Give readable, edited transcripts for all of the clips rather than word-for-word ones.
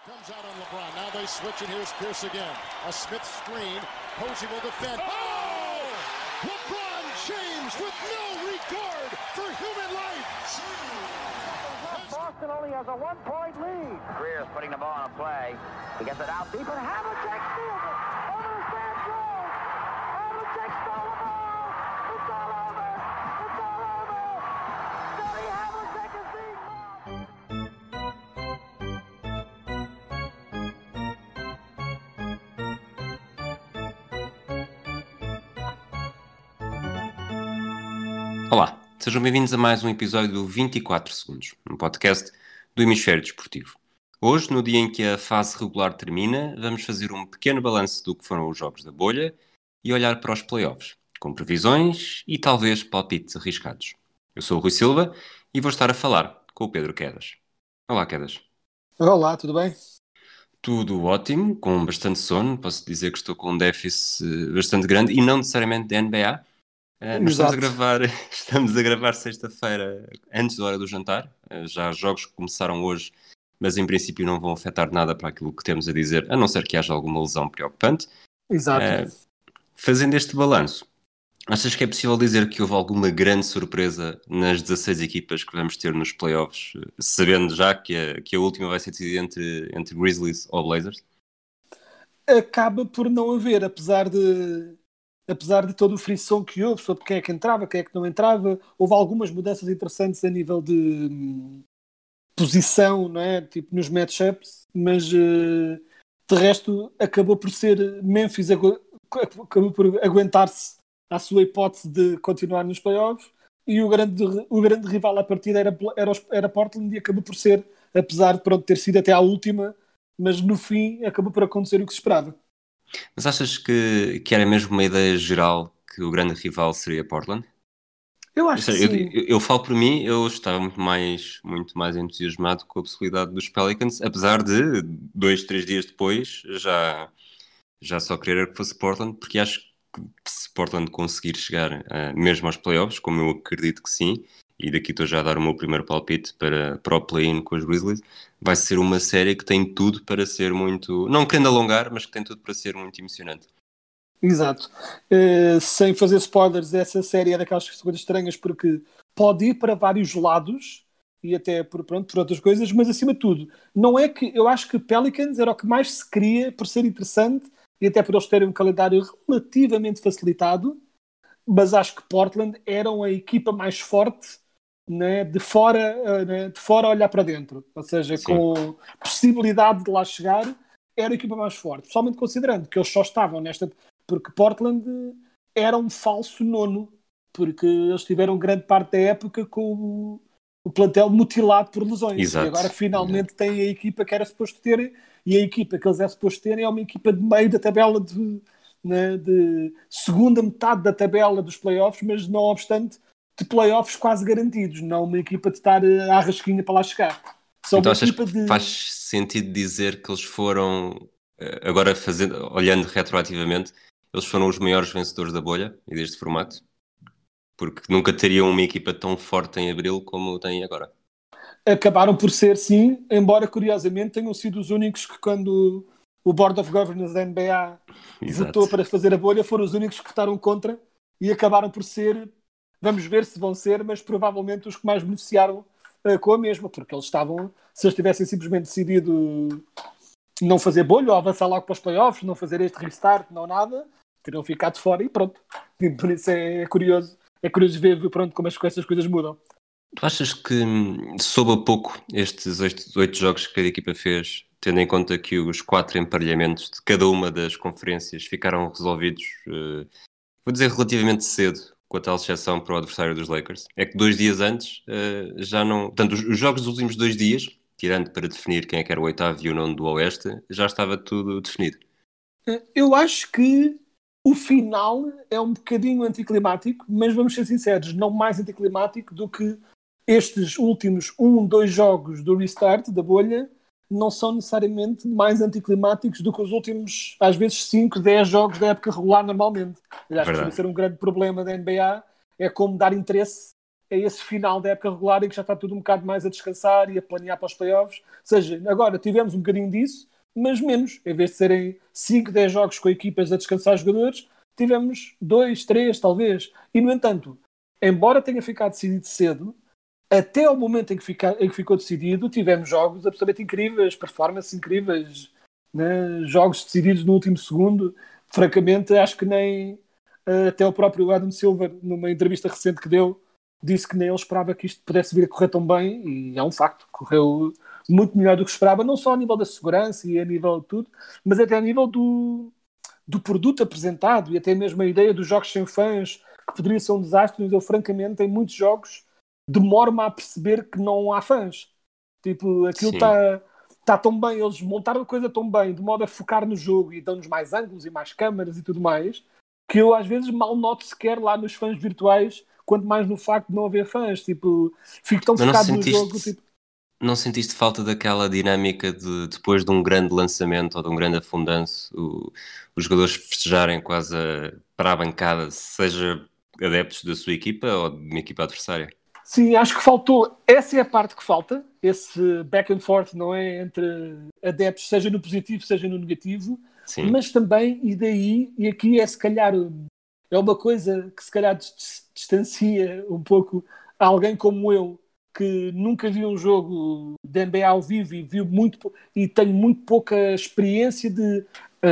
Comes out on LeBron. Now they switch, and here's Pierce again. A Smith screen. Posey will defend. Oh! LeBron James with no regard for human life. Boston only has a 1-point lead. Greer's putting the ball on a play. He gets it out deep, and Havlicek steals it. Over the Stan Jones. Havlicek stole the ball. It's all over. It's all over. Johnny Havlicek is being mobbed. Olá, sejam bem-vindos a mais um episódio do 24 Segundos, um podcast do Hemisfério Desportivo. Hoje, no dia em que a fase regular termina, vamos fazer um pequeno balanço do que foram os jogos da bolha e olhar para os playoffs, com previsões e talvez palpites arriscados. Eu sou o Rui Silva e vou estar a falar com o Pedro Quedas. Olá, Quedas. Olá, tudo bem? Tudo ótimo, com bastante sono. Posso dizer que estou com um déficit bastante grande e não necessariamente de NBA. Nós estamos a gravar sexta-feira antes da hora do jantar. Já os jogos que começaram hoje, mas em princípio não vão afetar nada para aquilo que temos a dizer, a não ser que haja alguma lesão preocupante. Exato. Fazendo este balanço, achas que é possível dizer que houve alguma grande surpresa nas 16 equipas que vamos ter nos playoffs, sabendo já que a última vai ser decidida entre Grizzlies ou Blazers? Acaba por não haver, apesar de todo o frisson que houve sobre quem é que entrava, quem é que não entrava. Houve algumas mudanças interessantes a nível de posição, não é? Tipo nos matchups, mas de resto acabou por ser Memphis, acabou por aguentar-se à sua hipótese de continuar nos playoffs, e o grande rival à partida era Portland, e acabou por ser, apesar de ter sido até à última, mas no fim acabou por acontecer o que se esperava. Mas achas que era mesmo uma ideia geral que o grande rival seria Portland? Eu acho que sim. Eu falo por mim, eu estava muito mais entusiasmado com a possibilidade dos Pelicans, apesar de 2-3 dias depois já só querer que fosse Portland, porque acho que se Portland conseguir chegar mesmo aos playoffs, como eu acredito que sim, e daqui estou já a dar o meu primeiro palpite para o play-in com os Grizzlies, vai ser uma série que tem tudo para ser muito, não querendo alongar, mas que tem tudo para ser muito emocionante. Exato. Sem fazer spoilers, essa série é daquelas coisas estranhas, porque pode ir para vários lados e até por outras coisas, mas acima de tudo, não é que eu acho que Pelicans era o que mais se queria por ser interessante e até por eles terem um calendário relativamente facilitado, mas acho que Portland era a equipa mais forte, né, de fora a olhar para dentro, ou seja, Sim. com possibilidade de lá chegar, era a equipa mais forte, principalmente considerando que eles só estavam porque Portland era um falso nono, porque eles tiveram grande parte da época com o plantel mutilado por lesões. Exato. E agora finalmente têm a equipa que era suposto terem, e a equipa que eles é suposto terem é uma equipa de meio da tabela, de segunda metade da tabela dos playoffs, mas não obstante de playoffs quase garantidos, não uma equipa de estar à rasquinha para lá chegar. Então achas que faz sentido dizer que eles foram, agora olhando retroativamente, eles foram os maiores vencedores da bolha e deste formato? Porque nunca teriam uma equipa tão forte em abril como têm agora. Acabaram por ser, sim, embora curiosamente tenham sido os únicos que, quando o Board of Governors da NBA votou para fazer a bolha, foram os únicos que votaram contra e acabaram por ser, vamos ver se vão ser, mas provavelmente os que mais beneficiaram com a mesma, porque eles se eles tivessem simplesmente decidido não fazer bolha ou avançar logo para os playoffs, não fazer este restart, não nada, teriam ficado fora e pronto. E por isso é curioso ver como essas coisas mudam. Tu achas que soube a pouco estes 8 jogos que cada equipa fez, tendo em conta que os 4 emparelhamentos de cada uma das conferências ficaram resolvidos, vou dizer relativamente cedo, com a tal exceção para o adversário dos Lakers? É que 2 dias antes já não... Portanto, os jogos dos últimos 2 dias, tirando para definir quem é que era o oitavo e o nono do Oeste, já estava tudo definido. Eu acho que o final é um bocadinho anticlimático, mas vamos ser sinceros, não mais anticlimático do que estes últimos 2 jogos do restart, da bolha, não são necessariamente mais anticlimáticos do que os últimos, às vezes, 5, 10 jogos da época regular normalmente. Eu acho que deve ser um grande problema da NBA, é como dar interesse é esse final da época regular em que já está tudo um bocado mais a descansar e a planear para os playoffs. Ou seja, agora tivemos um bocadinho disso, mas menos. Em vez de serem 5, 10 jogos com equipas a descansar jogadores, tivemos 2, 3 talvez. E, no entanto, embora tenha ficado decidido cedo, até ao momento em que ficou decidido, tivemos jogos absolutamente incríveis, performances incríveis, né? Jogos decididos no último segundo. Francamente, acho que nem até o próprio Adam Silver, numa entrevista recente que deu, disse que nem ele esperava que isto pudesse vir a correr tão bem, e é um facto, correu muito melhor do que esperava, não só a nível da segurança e a nível de tudo, mas até a nível do produto apresentado, e até mesmo a ideia dos jogos sem fãs, que poderia ser um desastre, mas eu francamente, em muitos jogos, demoro-me a perceber que não há fãs. Tipo, aquilo está tão bem, eles montaram a coisa tão bem, de modo a focar no jogo e dão-nos mais ângulos e mais câmaras e tudo mais, que eu às vezes mal noto sequer lá nos fãs virtuais, quanto mais no facto de não haver fãs. Tipo, fico tão focado no jogo. Tipo... Não sentiste falta daquela dinâmica de depois de um grande lançamento ou de um grande afundanço, os jogadores festejarem quase para a bancada, seja adeptos da sua equipa ou de uma equipa adversária? Sim, acho que faltou. Essa é a parte que falta, esse back and forth, não é? Entre adeptos, seja no positivo, seja no negativo. Sim. Mas também, e aqui é se calhar, é uma coisa que se calhar distancia um pouco alguém como eu, que nunca viu um jogo de NBA ao vivo e viu e tenho muito pouca experiência de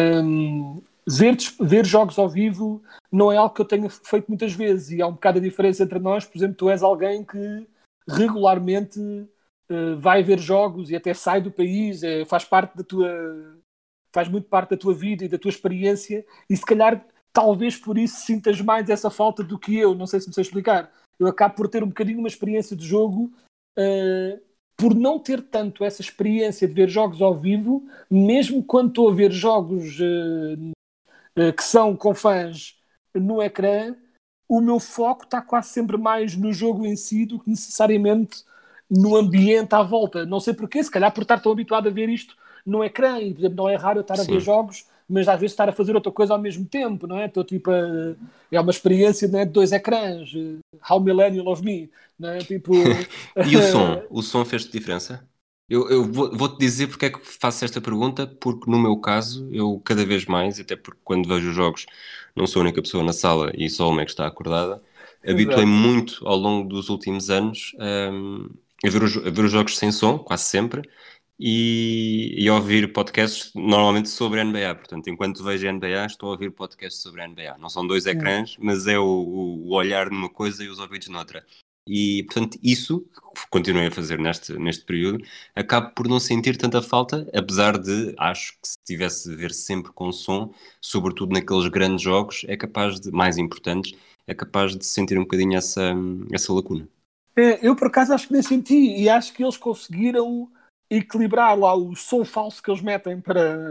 ver jogos ao vivo. Não é algo que eu tenha feito muitas vezes, e há um bocado a diferença entre nós. Por exemplo, tu és alguém que regularmente vai ver jogos e até sai do país, faz muito parte da tua vida e da tua experiência, e se calhar talvez por isso sintas mais essa falta do que eu. Não sei se me sei explicar. Eu acabo por ter um bocadinho uma experiência de jogo, por não ter tanto essa experiência de ver jogos ao vivo, mesmo quando estou a ver jogos que são com fãs no ecrã, o meu foco está quase sempre mais no jogo em si do que necessariamente no ambiente à volta. Não sei porquê, se calhar por estar tão habituado a ver isto no ecrã, e por exemplo, não é raro eu estar a ver jogos, mas às vezes estar a fazer outra coisa ao mesmo tempo, não é? Estou tipo é uma experiência, não é, de 2 ecrãs, How Millennial of Me, não é? Tipo... E o som? O som fez-te diferença? Eu vou-te dizer porque é que faço esta pergunta, porque no meu caso, eu cada vez mais, até porque quando vejo os jogos não sou a única pessoa na sala e só uma é que está acordada, habituei-me muito ao longo dos últimos anos a ver os jogos sem som, quase sempre, e a ouvir podcasts normalmente sobre a NBA. Portanto, enquanto vejo a NBA, estou a ouvir podcasts sobre a NBA. Não são 2 ecrãs, mas é o olhar numa coisa e os ouvidos noutra. E, portanto, isso, continuei a fazer neste período, acabo por não sentir tanta falta, apesar de, acho que se tivesse de ver sempre com som, sobretudo naqueles grandes jogos, mais importantes, é capaz de sentir um bocadinho essa lacuna. Eu, por acaso, acho que nem senti, e acho que eles conseguiram equilibrar lá o som falso que eles metem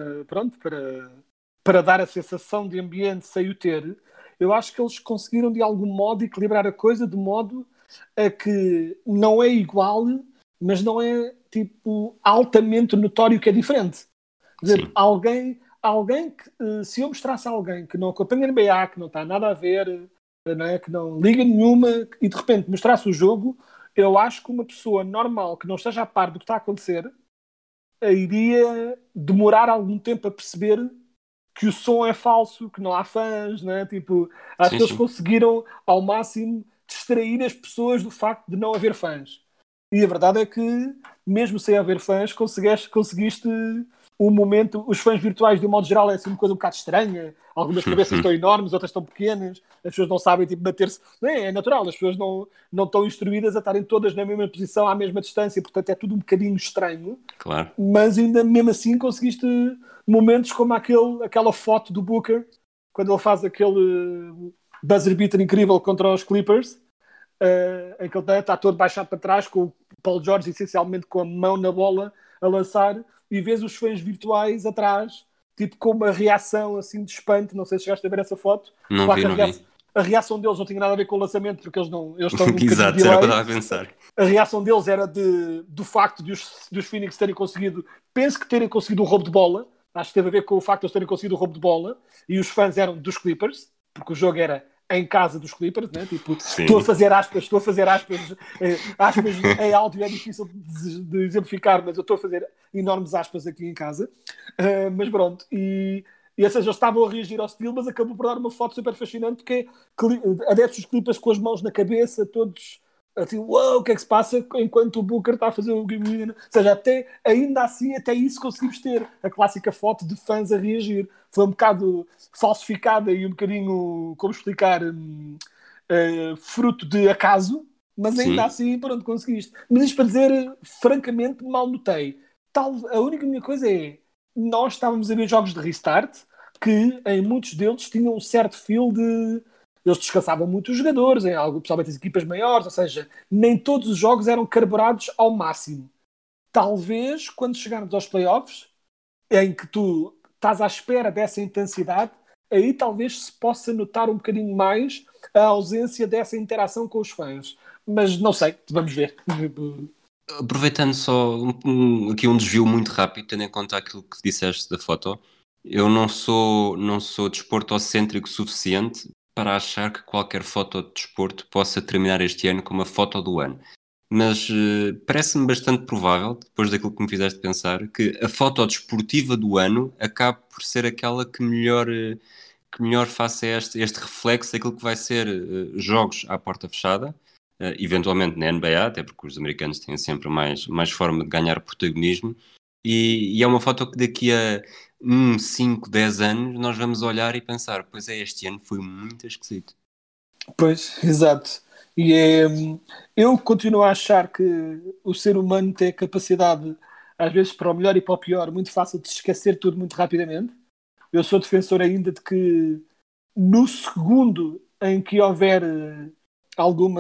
para dar a sensação de ambiente sem o ter. Eu acho que eles conseguiram de algum modo equilibrar a coisa de modo a que não é igual, mas não é tipo altamente notório que é diferente. Por exemplo, alguém que, se eu mostrasse a alguém que não acompanha a NBA, que não está nada a ver, não é, que não liga nenhuma, e de repente mostrasse o jogo, eu acho que uma pessoa normal que não esteja a par do que está a acontecer iria demorar algum tempo a perceber que o som é falso, que não há fãs, né? Tipo, acho que eles conseguiram ao máximo distrair as pessoas do facto de não haver fãs. E a verdade é que, mesmo sem haver fãs, conseguiste um momento. Os fãs virtuais, de um modo geral, é assim uma coisa um bocado estranha. Algumas cabeças estão enormes, outras estão pequenas. As pessoas não sabem tipo, bater-se. É natural, as pessoas não estão instruídas a estarem todas na mesma posição, à mesma distância. Portanto, é tudo um bocadinho estranho. Claro. Mas ainda mesmo assim conseguiste momentos como aquela foto do Booker, quando ele faz aquele buzzer beater incrível contra os Clippers, em que ele está todo baixado para trás, com o Paul George essencialmente com a mão na bola a lançar, e vês os fãs virtuais atrás, tipo com uma reação assim de espanto. Não sei se chegaste a ver essa foto. Não vi. A reação deles não tinha nada a ver com o lançamento, porque eles estão Exato, era o que eu estava a pensar. A reação deles era do facto de os Phoenix terem conseguido, penso que terem conseguido o roubo de bola. Acho que teve a ver com o facto de eles terem conseguido o roubo de bola, e os fãs eram dos Clippers, porque o jogo era em casa dos Clippers, né? Tipo, Sim. estou a fazer aspas em áudio é difícil de exemplificar, mas eu estou a fazer enormes aspas aqui em casa. Mas pronto, e ou seja, eles estavam a reagir ao estilo, mas acabou por dar uma foto super fascinante, porque é adeptos dos Clippers com as mãos na cabeça, todos assim, uau, o que é que se passa enquanto o Booker está a fazer o game winner? Ou seja, ainda assim, até isso conseguimos ter a clássica foto de fãs a reagir. Foi um bocado falsificada e um bocadinho, como explicar, fruto de acaso, mas ainda Sim. assim, pronto, conseguiste. Mas isto para dizer, francamente, mal notei. A única minha coisa é, nós estávamos a ver jogos de restart que em muitos deles tinham um certo feel de... Eles descansavam muito os jogadores, principalmente as equipas maiores, ou seja, nem todos os jogos eram carburados ao máximo. Talvez, quando chegarmos aos playoffs, em que tu estás à espera dessa intensidade, aí talvez se possa notar um bocadinho mais a ausência dessa interação com os fãs. Mas não sei, vamos ver. Aproveitando só aqui um desvio muito rápido, tendo em conta aquilo que disseste da foto, eu não sou desportocêntrico suficiente para achar que qualquer foto de desporto possa terminar este ano como a foto do ano. Mas parece-me bastante provável, depois daquilo que me fizeste pensar, que a foto desportiva do ano acabe por ser aquela que melhor faça este reflexo daquilo que vai ser jogos à porta fechada, eventualmente na NBA, até porque os americanos têm sempre mais forma de ganhar protagonismo, e é uma foto que daqui a 5, 10 anos nós vamos olhar e pensar, pois é, este ano foi muito esquisito. Pois, exato. E eu continuo a achar que o ser humano tem a capacidade, às vezes para o melhor e para o pior, muito fácil de se esquecer tudo muito rapidamente. Eu sou defensor ainda de que no segundo em que houver alguma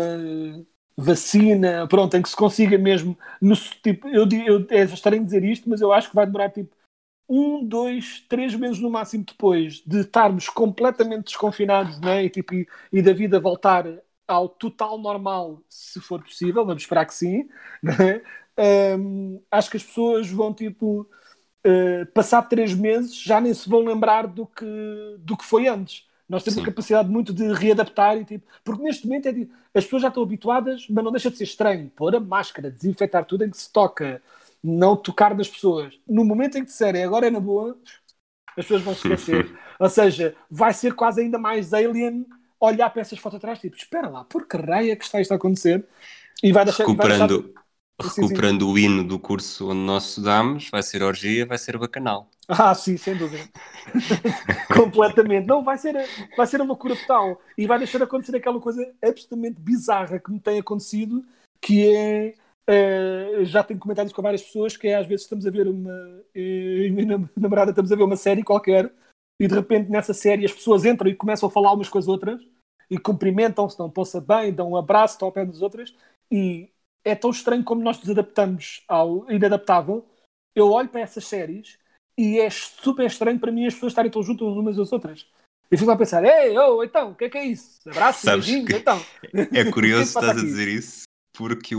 vacina, pronto, em que se consiga mesmo, tipo, é estranho dizer isto, mas eu acho que vai demorar tipo 1, 2, 3 meses no máximo depois de estarmos completamente desconfinados, né? E da vida voltar ao total normal, se for possível, vamos esperar que sim, né? Acho que as pessoas vão tipo passar 3 meses já nem se vão lembrar do que foi antes. Nós temos Sim. a capacidade muito de readaptar, porque neste momento as pessoas já estão habituadas, mas não deixa de ser estranho pôr a máscara, desinfetar tudo em que se toca, não tocar nas pessoas. No momento em que disserem agora é na boa, as pessoas vão se esquecer. Ou seja, vai ser quase ainda mais alien olhar para essas fotos atrás, tipo, espera lá, por que raio é que está isto a acontecer? E vai deixar... Recuperando o hino do curso onde nós estudamos, vai ser orgia, vai ser bacanal. Sim, sem dúvida. Completamente. Não, vai ser a loucura total. E vai deixar de acontecer aquela coisa absolutamente bizarra que me tem acontecido, que é... já tenho comentários com várias pessoas que às vezes estamos a ver e a minha namorada estamos a ver uma série qualquer e de repente nessa série as pessoas entram e começam a falar umas com as outras e cumprimentam-se, dão-se bem, dão um abraço, estão ao pé das outras e é tão estranho como nós nos adaptamos ao inadaptável. Eu olho para essas séries e é super estranho para mim as pessoas estarem tão juntas umas das outras. E fico lá a pensar, então, o que é isso? Abraço, beijinhos, então. É curioso que estás a dizer isso, porque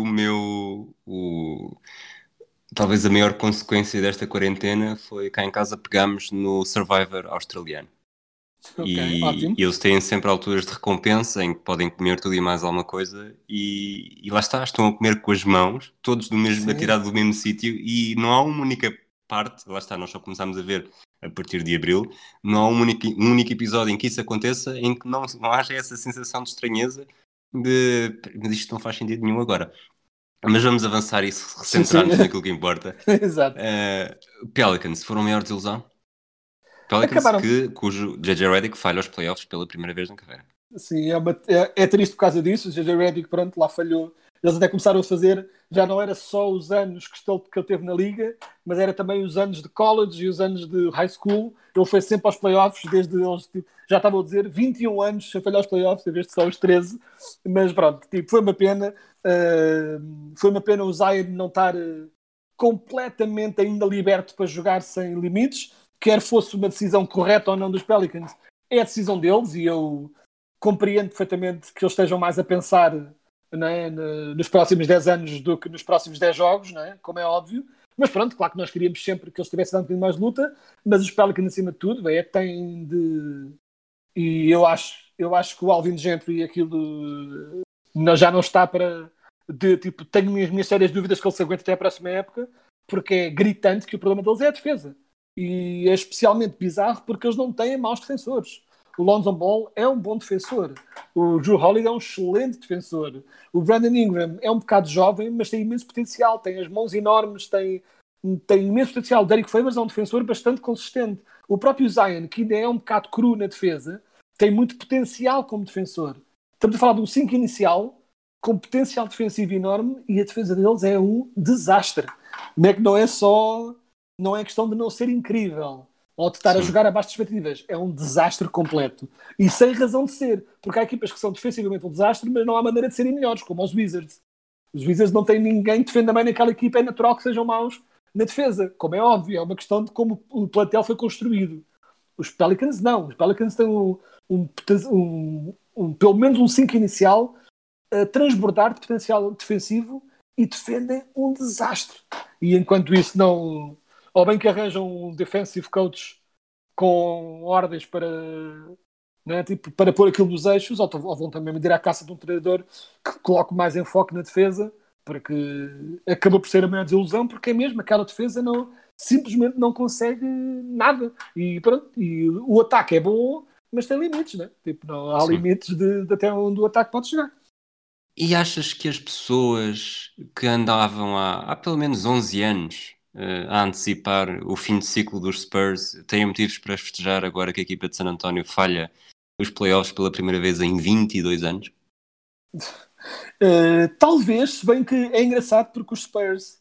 talvez a maior consequência desta quarentena foi cá em casa pegámos no Survivor australiano. Okay, ótimo. E eles têm sempre alturas de recompensa em que podem comer tudo e mais alguma coisa e lá está, estão a comer com as mãos, todos atirados do mesmo sítio e não há uma única parte, lá está, nós só começámos a ver a partir de abril, não há um único episódio em que isso aconteça em que não haja essa sensação de estranheza mas isto não faz sentido nenhum agora. Mas vamos avançar e recentrar-nos naquilo que importa. Exato. Pelicans foram a maior desilusão? Pelicans cujo J.J. Redick falha os playoffs pela primeira vez na carreira. Sim, é triste por causa disso. O J.J. Redick, pronto, lá falhou. Eles até começaram a fazer, já não era só os anos que ele teve na liga, mas era também os anos de college e os anos de high school. Ele foi sempre aos playoffs, desde eles, já estavam a dizer, 21 anos sem falhar aos playoffs, em vez de só os 13. Mas pronto, foi uma pena. Foi uma pena o Zion não estar completamente ainda liberto para jogar sem limites, quer fosse uma decisão correta ou não dos Pelicans. É a decisão deles e eu compreendo perfeitamente que eles estejam mais a pensar, não é, nos próximos 10 anos do que nos próximos 10 jogos, não é? Como é óbvio. Mas pronto, claro que nós queríamos sempre que eles tivessem dado um bocadinho mais luta, mas os Pelicans, acima de tudo, têm de... E eu acho eu acho que o Alvin Gentry aquilo já não está para... tipo, tenho as minhas sérias dúvidas que ele se aguenta até a próxima época, porque é gritante que o problema deles é a defesa. E é especialmente bizarro porque eles não têm maus defensores. O Lonzo Ball é um bom defensor. O Jrue Holiday é um excelente defensor. O Brandon Ingram é um bocado jovem, mas tem imenso potencial. Tem as mãos enormes, tem imenso potencial. O Derek Favors é um defensor bastante consistente. O próprio Zion, que ainda é um bocado cru na defesa, tem muito potencial como defensor. Estamos a falar de um 5 inicial com potencial defensivo enorme e a defesa deles é um desastre. Não é questão de não ser incrível ou de estar a jogar abaixo de expectativas. É um desastre completo. E sem razão de ser. Porque há equipas que são defensivamente um desastre, mas não há maneira de serem melhores, como os Wizards. Os Wizards não têm ninguém que defenda bem naquela equipa. É natural que sejam maus na defesa. Como é óbvio. É uma questão de como o plantel foi construído. Os Pelicans não. Os Pelicans têm pelo menos um 5 inicial a transbordar de potencial defensivo e defendem um desastre. E enquanto isso não... Ou bem que arranjam um defensive coach com ordens para, né, tipo, para pôr aquilo nos eixos, ou vão também ir à caça de um treinador que coloque mais enfoque na defesa, porque acabou por ser a maior desilusão, porque é mesmo, aquela defesa simplesmente não consegue nada. E pronto, e o ataque é bom, mas tem limites, né? Tipo, não há limites de até onde o ataque pode chegar. E achas que as pessoas que andavam há pelo menos 11 anos a antecipar o fim de ciclo dos Spurs têm motivos para festejar agora que a equipa de San António falha os playoffs pela primeira vez em 22 anos? Talvez, se bem que é engraçado porque os Spurs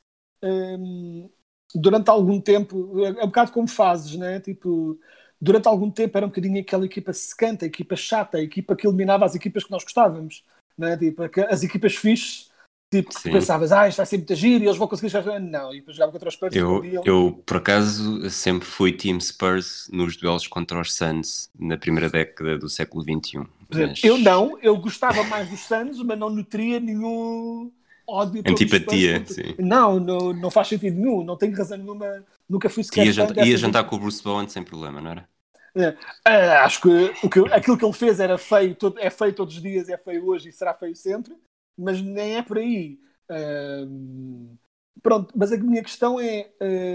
durante algum tempo, é um bocado como fases, né? Tipo, durante algum tempo era um bocadinho aquela equipa secante, a equipa chata, a equipa que eliminava as equipas que nós gostávamos, né? Tipo, as equipas fixes, tipo, que tu pensavas, isto vai ser muito giro e eles vão conseguir chegar. Não, e depois jogava contra os Spurs e perdiam. Eu, por acaso, sempre fui Team Spurs nos duelos contra os Suns na primeira década do século XXI. Mas... Eu gostava mais dos Suns, mas não nutria nenhum ódio. Antipatia, sim. Não faz sentido nenhum, não tenho razão nenhuma, nunca fui sequer ia jantar com o Bruce Bowen sem problema, não era? Acho que aquilo que ele fez era feio, é feio todos os dias, é feio hoje e será feio sempre, mas nem é por aí. Pronto, mas a minha questão é...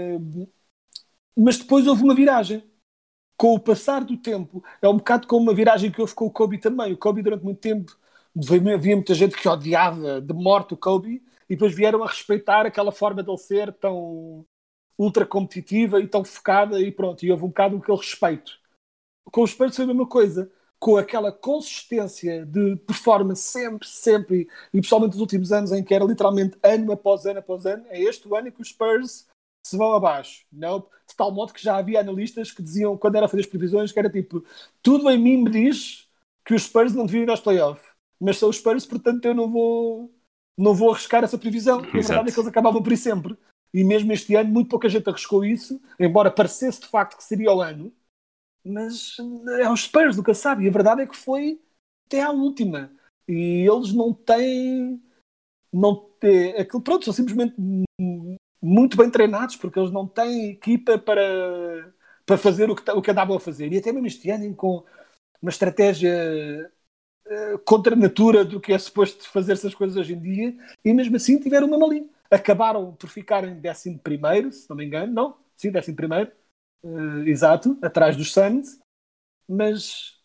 mas depois houve uma viragem. Com o passar do tempo, é um bocado como uma viragem que houve com o Kobe também. O Kobe durante muito tempo havia muita gente que odiava de morte o Kobe e depois vieram a respeitar aquela forma dele ser tão ultra competitiva e tão focada e pronto, e houve um bocado aquele respeito. Com os Spurs foi a mesma coisa, com aquela consistência de performance sempre, e principalmente nos últimos anos em que era literalmente ano após ano, é este o ano em que os Spurs se vão abaixo, não? De tal modo que já havia analistas que diziam, quando era a fazer as previsões, que era tipo, tudo em mim me diz que os Spurs não deviam ir aos playoffs, mas são os Spurs, portanto eu não vou arriscar essa previsão. E a verdade é que eles acabavam por ir sempre. E mesmo este ano, muito pouca gente arriscou isso, embora parecesse de facto que seria o ano, mas é os Spurs, nunca sabe. E a verdade é que foi até à última. E eles não têm... aquilo, pronto, são simplesmente muito bem treinados, porque eles não têm equipa para fazer o que andavam a fazer. E até mesmo este ano, com uma estratégia contra a natura do que é suposto fazer-se as coisas hoje em dia, e mesmo assim tiveram uma malinha. Acabaram por ficar em 11º, se não me engano. Não? Sim, 11º. Exato, atrás dos Suns. Mas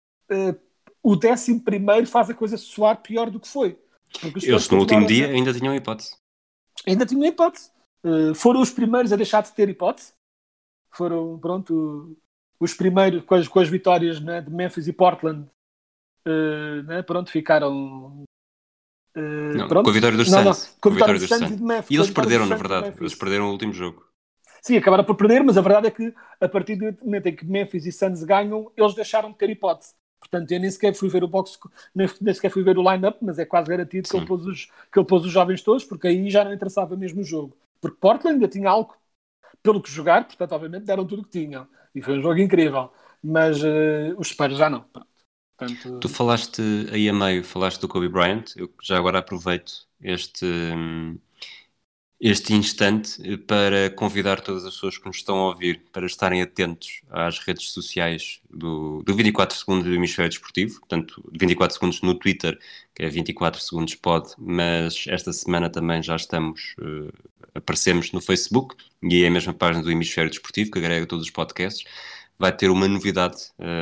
o 11º faz a coisa soar pior do que foi. Eles no último dia ainda tinham hipótese. Ainda tinham hipótese. Foram os primeiros a deixar de ter hipótese. Foram, pronto, os primeiros com as vitórias, né, de Memphis e Portland. Né, pronto, ficaram... com a vitória dos Suns. Com a vitória dos Suns e de Memphis. E eles perderam, na verdade. Eles perderam o último jogo. Sim, acabaram por perder, mas a verdade é que a partir do momento em que Memphis e Suns ganham, eles deixaram de ter hipótese. Portanto, eu nem sequer fui ver o box, nem sequer fui ver o line-up, mas é quase garantido que ele pôs os jovens todos, porque aí já não interessava mesmo o jogo. Porque Portland ainda tinha algo pelo que jogar, portanto, obviamente, deram tudo o que tinham. E foi um jogo incrível. Mas os Spurs já não. Portanto... Tu falaste aí a meio, falaste do Kobe Bryant. Eu já agora aproveito este este instante para convidar todas as pessoas que nos estão a ouvir para estarem atentos às redes sociais do 24 segundos do Hemisfério Desportivo, portanto 24 segundos no Twitter, que é 24 segundos pod, mas esta semana também já aparecemos no Facebook, e é a mesma página do Hemisfério Desportivo, que agrega todos os podcasts. Vai ter uma novidade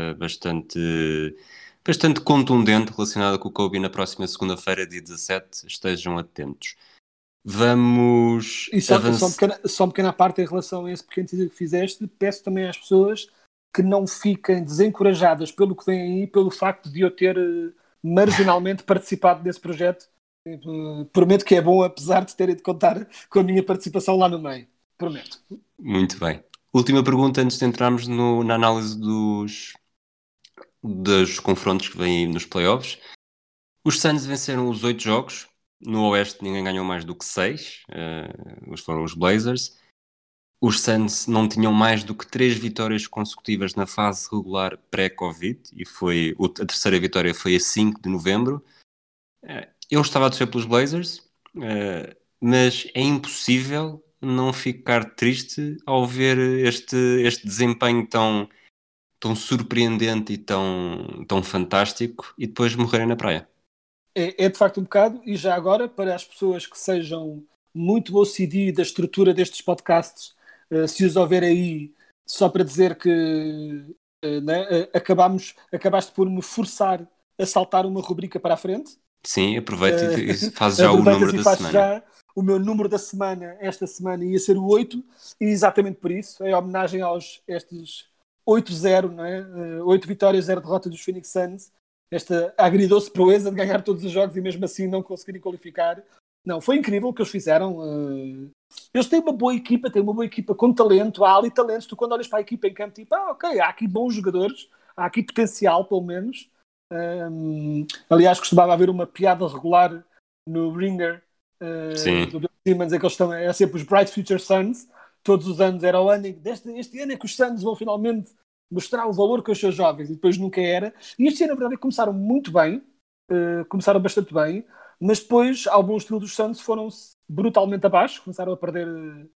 bastante contundente relacionada com o Kobe na próxima segunda-feira, dia 17. Estejam atentos. Vamos E só avançar. uma pequena parte em relação a esse pequeno teaser que fizeste. Peço também às pessoas que não fiquem desencorajadas pelo que vem aí, pelo facto de eu ter marginalmente participado desse projeto. Prometo que é bom, apesar de terem de contar com a minha participação lá no meio. Prometo. Muito bem. Última pergunta antes de entrarmos na análise dos confrontos que vêm nos playoffs. Os Suns venceram os 8 jogos. No Oeste ninguém ganhou mais do que 6. Foram os Blazers. Os Suns não tinham mais do que 3 vitórias consecutivas na fase regular pré-Covid. E a terceira vitória foi a 5 de novembro. Eu estava a torcer pelos Blazers. Mas é impossível não ficar triste ao ver este desempenho tão surpreendente e tão fantástico e depois morrerem na praia. É de facto um bocado, e já agora, para as pessoas que sejam muito OCD da estrutura destes podcasts, se os houver aí, só para dizer que né, acabaste por me forçar a saltar uma rubrica para a frente. Sim, aproveita e faz já o número da semana. Já o meu número da semana, esta semana, ia ser o 8, e exatamente por isso, em homenagem aos estes 8-0, não é? 8 vitórias, 0 derrotas dos Phoenix Suns, esta agridoce proeza de ganhar todos os jogos e mesmo assim não conseguirem qualificar. Não, foi incrível o que eles fizeram. Eles têm uma boa equipa com talento, há ali talentos. Tu quando olhas para a equipa em campo, tipo, ok, há aqui bons jogadores, há aqui potencial, pelo menos. Aliás, costumava haver uma piada regular no Ringer do Bill Simmons, em que eles estão, é sempre os Bright Future Suns. Todos os anos era o ano, este ano é que os Suns vão finalmente mostrar o valor com os seus jovens, e depois nunca era. E este ano, na verdade, começaram muito bem, começaram bastante bem, mas depois alguns estilo dos Suns foram brutalmente abaixo, começaram a perder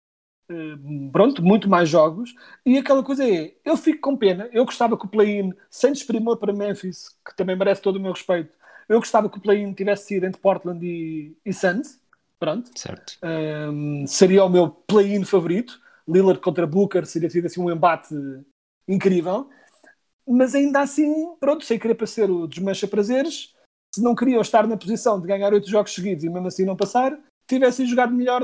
muito mais jogos, e aquela coisa é, eu fico com pena, eu gostava que o play-in, sem desprimor para Memphis, que também merece todo o meu respeito, eu gostava que o play-in tivesse sido entre Portland e Suns, pronto. Certo. Seria o meu play-in favorito. Lillard contra Booker seria sido assim um embate incrível, mas ainda assim, pronto, sem querer parecer o desmancha-prazeres, se não queriam estar na posição de ganhar 8 jogos seguidos e mesmo assim não passar, tivessem jogado melhor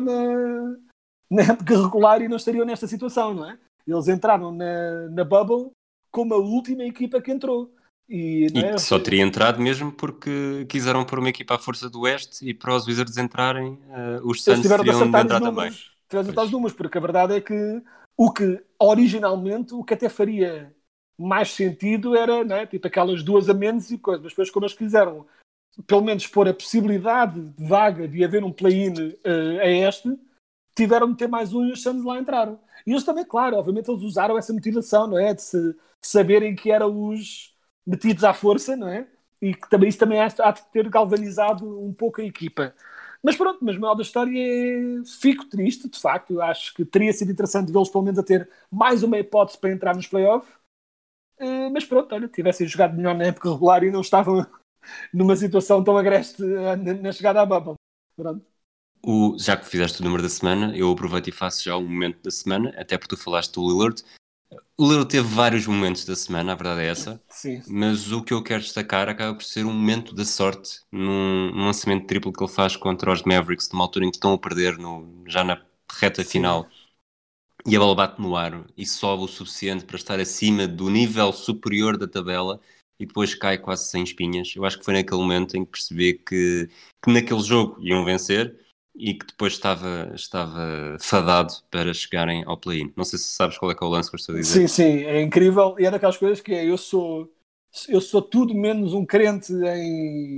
na época regular e não estariam nesta situação, não é? Eles entraram na bubble como a última equipa que entrou. E que só teria entrado mesmo porque quiseram pôr uma equipa à força do Oeste, e para os Wizards entrarem, os Suns teriam de entrar também. Tiveram de acertar os números, porque a verdade é que originalmente, o que até faria mais sentido era, né, tipo aquelas 2 a menos e coisas, mas depois como eles quiseram pelo menos pôr a possibilidade de vaga de haver um play-in a este, tiveram de ter mais um e os Suns lá entraram. E eles também, claro, obviamente eles usaram essa motivação, não é? De saberem que eram os metidos à força, não é? E que também isso também há de ter galvanizado um pouco a equipa. Mas pronto, mas o moral da história é... Fico triste, de facto. Acho que teria sido interessante vê-los pelo menos a ter mais uma hipótese para entrar nos playoffs. Mas pronto, olha, tivessem jogado melhor na época regular e não estavam numa situação tão agreste na chegada à bubble. Pronto. Já que fizeste o número da semana, eu aproveito e faço já o momento da semana, até porque tu falaste do Lillard. O Lillard teve vários momentos da semana, a verdade é essa. Sim. Mas o que eu quero destacar acaba por ser um momento da sorte num lançamento triplo que ele faz contra os Mavericks, numa altura em que estão a perder já na reta final, e a bola bate no aro e sobe o suficiente para estar acima do nível superior da tabela e depois cai quase sem espinhas. Eu acho que foi naquele momento em que percebi que naquele jogo iam vencer e que depois estava fadado para chegarem ao play-in. Não sei se sabes qual é que é o lance que eu estou a dizer. Sim, é incrível. E é daquelas coisas que eu sou tudo menos um crente em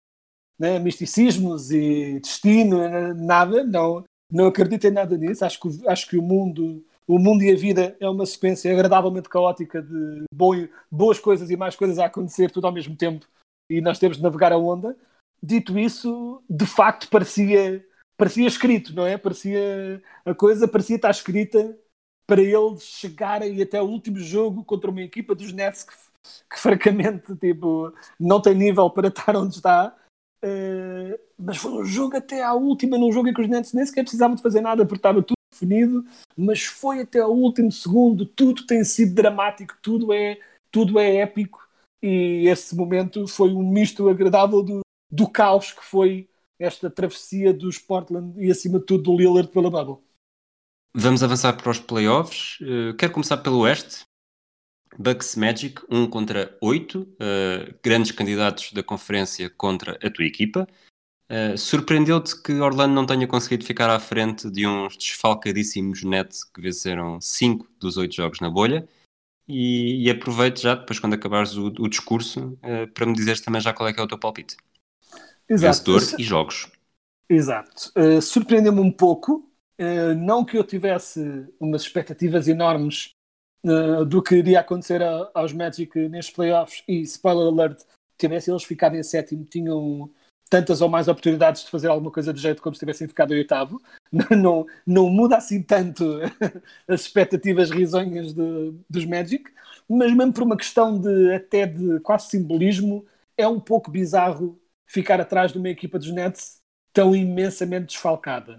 misticismos e destino, nada, não acredito em nada nisso. Acho que o mundo e a vida é uma sequência agradavelmente caótica de boas coisas e mais coisas a acontecer tudo ao mesmo tempo, e nós temos de navegar a onda. Dito isso, de facto parecia parecia escrito, não é? A coisa parecia estar escrita para eles chegarem até o último jogo contra uma equipa dos Nets que francamente tipo, não tem nível para estar onde está. Mas foi um jogo até à última, num jogo em que os Nets nem sequer precisavam de fazer nada porque estava tudo definido, mas foi até ao último segundo, tudo tem sido dramático, tudo é épico, e esse momento foi um misto agradável do caos que foi esta travessia dos Portland e acima de tudo do Lillard pela bubble. Vamos avançar para os playoffs. Quero começar pelo Oeste. Bucks Magic 1 contra 8, grandes candidatos da conferência contra a tua equipa. Surpreendeu-te que Orlando não tenha conseguido ficar à frente de uns desfalcadíssimos Nets que venceram 5 dos 8 jogos na bolha? E aproveito já, depois quando acabares o discurso, para me dizeres também já qual é que é o teu palpite. Exato. Vencedor e jogos. Exato. Surpreendeu-me um pouco, não que eu tivesse umas expectativas enormes do que iria acontecer aos Magic nestes playoffs, e spoiler alert, tivesse eles ficado em sétimo, tinham tantas ou mais oportunidades de fazer alguma coisa de jeito como se tivessem ficado em oitavo. Não muda assim tanto as expectativas risonhas dos Magic, mas mesmo por uma questão até de quase simbolismo, é um pouco bizarro ficar atrás de uma equipa dos Nets tão imensamente desfalcada.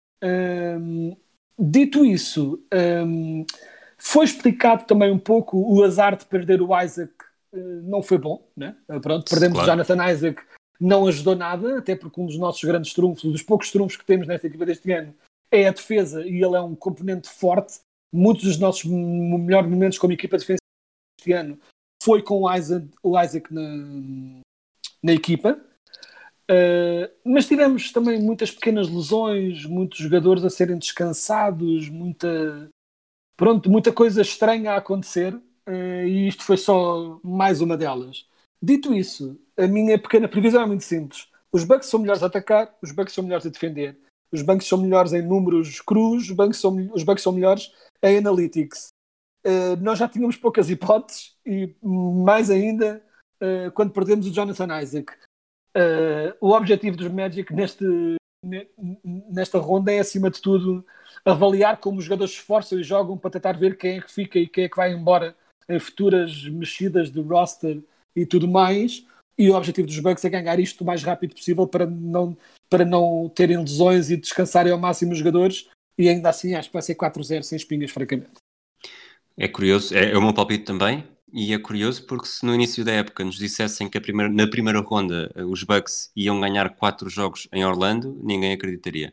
Dito isso, foi explicado também um pouco o azar de perder o Isaac, não foi bom, né? Pronto, perdemos claro. O Jonathan Isaac, não ajudou nada, até porque um dos nossos grandes trunfos, dos poucos trunfos que temos nesta equipa deste ano, é a defesa, e ele é um componente forte. Muitos dos nossos melhores momentos como equipa defensiva este ano foi com o Isaac na equipa. Mas tivemos também muitas pequenas lesões, muitos jogadores a serem descansados, muita coisa estranha a acontecer, e isto foi só mais uma delas. Dito isso, a minha pequena previsão é muito simples. Os Bucks são melhores a atacar, os Bucks são melhores a defender, os Bucks são melhores em números crus, os Bucks são melhores em analytics. Nós já tínhamos poucas hipóteses, e mais ainda quando perdemos o Jonathan Isaac. O objetivo dos Magic nesta ronda é, acima de tudo, avaliar como os jogadores se esforçam e jogam para tentar ver quem é que fica e quem é que vai embora em futuras mexidas de roster e tudo mais. E o objetivo dos Bucks é ganhar isto o mais rápido possível para não terem lesões e descansarem ao máximo os jogadores, e ainda assim acho que vai ser 4-0 sem espinhas, francamente. É curioso, é o meu palpite também. E é curioso porque se no início da época nos dissessem que na primeira ronda os Bucks iam ganhar 4 jogos em Orlando, ninguém acreditaria.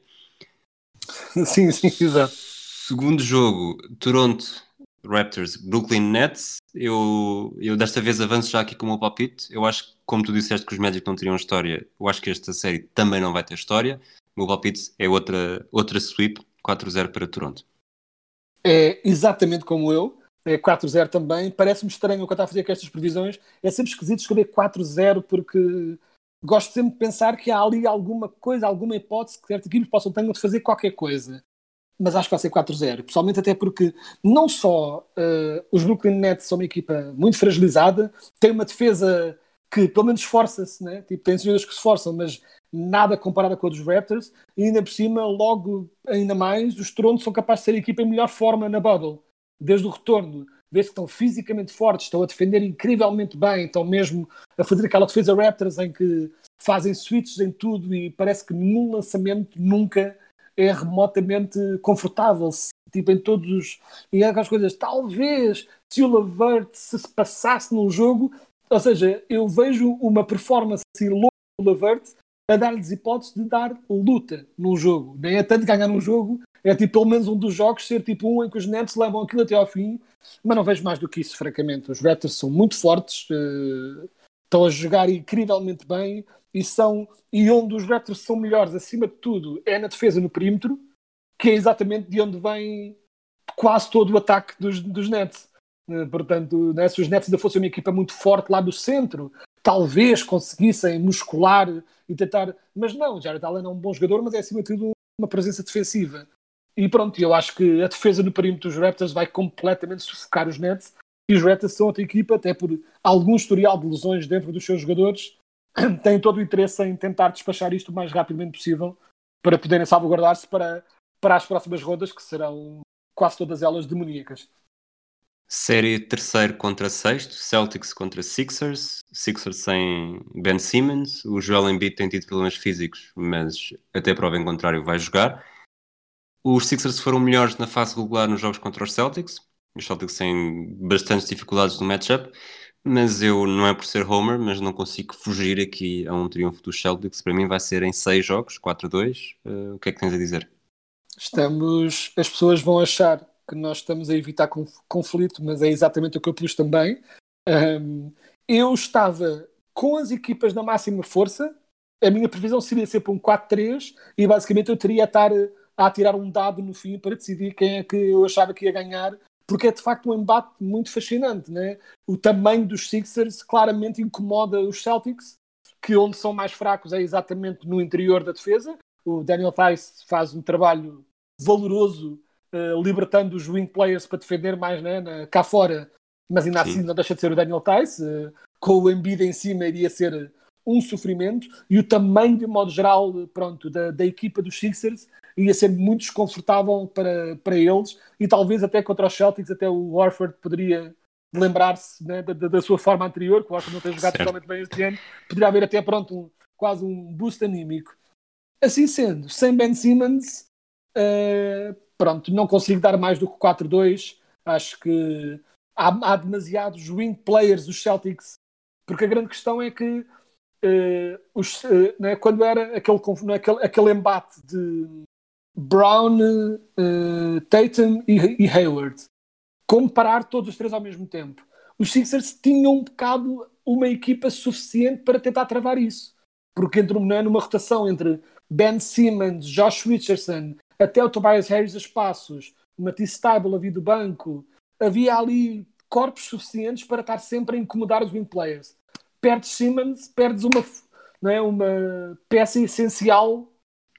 Sim, exato. Segundo jogo, Toronto Raptors, Brooklyn Nets. Eu desta vez avanço já aqui com o meu palpite. Eu acho que, como tu disseste que os Magic não teriam história, eu acho que esta série também não vai ter história. O meu palpite é outra sweep, 4-0 para Toronto. É exatamente como eu. É 4-0 também. Parece-me estranho quando está a fazer com estas previsões. É sempre esquisito escrever 4-0 porque gosto sempre de pensar que há ali alguma coisa, alguma hipótese que certas equipes possam ter de fazer qualquer coisa. Mas acho que vai ser 4-0. Pessoalmente até porque não só os Brooklyn Nets são uma equipa muito fragilizada, tem uma defesa que pelo menos esforça-se, né? Tipo, tem jogadores que se esforçam, mas nada comparada com a dos Raptors, e ainda por cima, logo ainda mais, os Toronto são capazes de ser a equipa em melhor forma na bubble. Desde o retorno, vê-se que estão fisicamente fortes, estão a defender incrivelmente bem, estão mesmo a fazer aquela defesa Raptors em que fazem switches em tudo e parece que nenhum lançamento nunca é remotamente confortável, tipo em todos os... E aquelas coisas, talvez se o LeVert se passasse num jogo, ou seja, eu vejo uma performance assim louca do LeVert a dar-lhes hipótese de dar luta num jogo. Nem é tanto ganhar um jogo, é tipo pelo menos um dos jogos ser tipo um em que os Nets levam aquilo até ao fim, mas não vejo mais do que isso, francamente. Os Raptors são muito fortes, estão a jogar incrivelmente bem, e onde os Raptors são melhores acima de tudo é na defesa no perímetro, que é exatamente de onde vem quase todo o ataque dos Nets. Portanto, né, se os Nets ainda fossem uma equipa muito forte lá do centro, talvez conseguissem muscular e tentar, mas não, Jared Allen é um bom jogador, mas é acima de tudo uma presença defensiva. E pronto, eu acho que a defesa no perímetro dos Raptors vai completamente sufocar os Nets, e os Raptors são outra equipa, até por algum historial de lesões dentro dos seus jogadores, têm todo o interesse em tentar despachar isto o mais rapidamente possível, para poderem salvaguardar-se para as próximas rondas, que serão quase todas elas demoníacas. Série terceiro contra sexto, Celtics contra Sixers sem Ben Simmons. O Joel Embiid tem tido problemas físicos, mas até prova em contrário vai jogar. Os Sixers foram melhores na fase regular nos jogos contra os Celtics têm bastantes dificuldades no matchup, mas não é por ser Homer, mas não consigo fugir aqui a um triunfo dos Celtics. Para mim vai ser em 6 jogos, 4-2. O que é que tens a dizer? As pessoas vão achar que nós estamos a evitar conflito, mas é exatamente o que eu pus também. Eu estava com as equipas na máxima força, a minha previsão seria sempre um 4-3 e basicamente eu teria a estar a tirar um dado no fim para decidir quem é que eu achava que ia ganhar, porque é de facto um embate muito fascinante, né? O tamanho dos Sixers claramente incomoda os Celtics, que onde são mais fracos é exatamente no interior da defesa. O Daniel Theis faz um trabalho valoroso, libertando os wing players para defender mais, né, cá fora, mas ainda assim não deixa de ser o Daniel Theis. Com o Embiid em cima iria ser um sofrimento, e o tamanho de modo geral, pronto, da equipa dos Sixers ia ser muito desconfortável para eles, e talvez até contra os Celtics até o Horford poderia lembrar-se, né, da sua forma anterior, que o Horford não tem jogado totalmente bem este ano, poderia haver até pronto quase um boost anímico. Assim sendo, sem Ben Simmons, pronto, não consigo dar mais do que 4-2. Acho que há demasiados wing players dos Celtics, porque a grande questão é que né, quando era aquele embate de Brown, Tatum e Hayward, como parar todos os três ao mesmo tempo, os Sixers tinham um bocado uma equipa suficiente para tentar travar isso, porque numa rotação entre Ben Simmons, Josh Richardson, até o Tobias Harris a espaços, o Matisse Thybulle a vir do banco, havia ali corpos suficientes para estar sempre a incomodar os wing players. Perdes Simmons, perdes uma peça essencial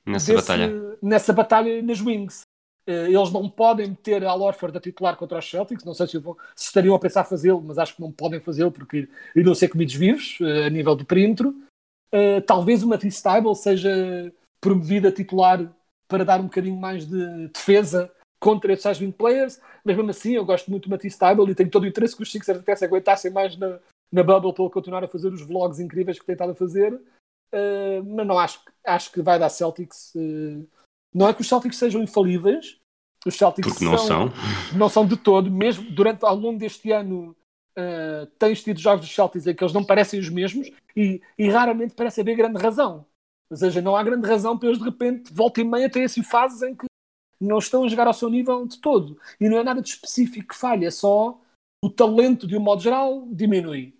nessa batalha nas wings. Eles não podem meter Al Horford a titular contra os Celtics, não sei se estariam a pensar fazê-lo, mas acho que não podem fazê-lo porque iriam ser comidos vivos a nível do perímetro. Talvez o Matisse Thybulle seja promovido a titular para dar um bocadinho mais de defesa contra esses wing players, mas mesmo assim eu gosto muito do Matisse Thybulle e tenho todo o interesse que os Sixers até se aguentassem mais na bubble para ele continuar a fazer os vlogs incríveis que tem estado a fazer, mas não acho que vai dar Celtics. Não é que os Celtics sejam infalíveis, os Celtics porque não são de todo, mesmo ao longo deste ano. Tens tido jogos dos Celtics em que eles não parecem os mesmos e raramente parece haver grande razão. Ou seja, não há grande razão para eles de repente, volta e meia, terem assim fases em que não estão a jogar ao seu nível de todo. E não é nada de específico que falha, é só o talento de um modo geral diminui.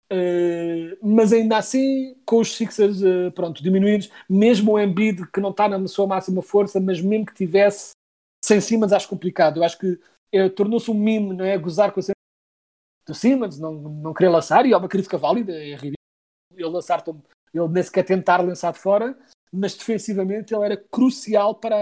Mas ainda assim, com os Sixers diminuídos, mesmo o Embiid que não está na sua máxima força, mas mesmo que tivesse, sem Simmons acho complicado. Eu acho que tornou-se um meme, não é? Gozar com a do Simmons, não querer lançar, e é uma crítica válida, é ridículo ele nem sequer tentar lançar de fora, mas defensivamente ele era crucial para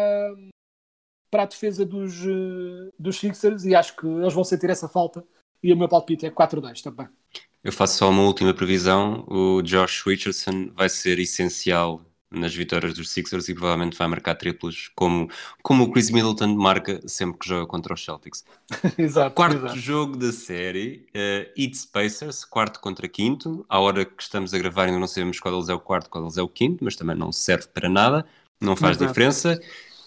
a defesa dos Sixers, e acho que eles vão sentir essa falta, e o meu palpite é 4-2 também. Eu faço só uma última previsão. O Josh Richardson vai ser essencial nas vitórias dos Sixers e provavelmente vai marcar triplos, como o Chris Middleton marca sempre que joga contra os Celtics. Exato, Quarto jogo da série, Heat Pacers, quarto contra quinto. À hora que estamos a gravar ainda não sabemos qual deles é o quarto, qual deles é o quinto, mas também não serve para nada, não faz diferença.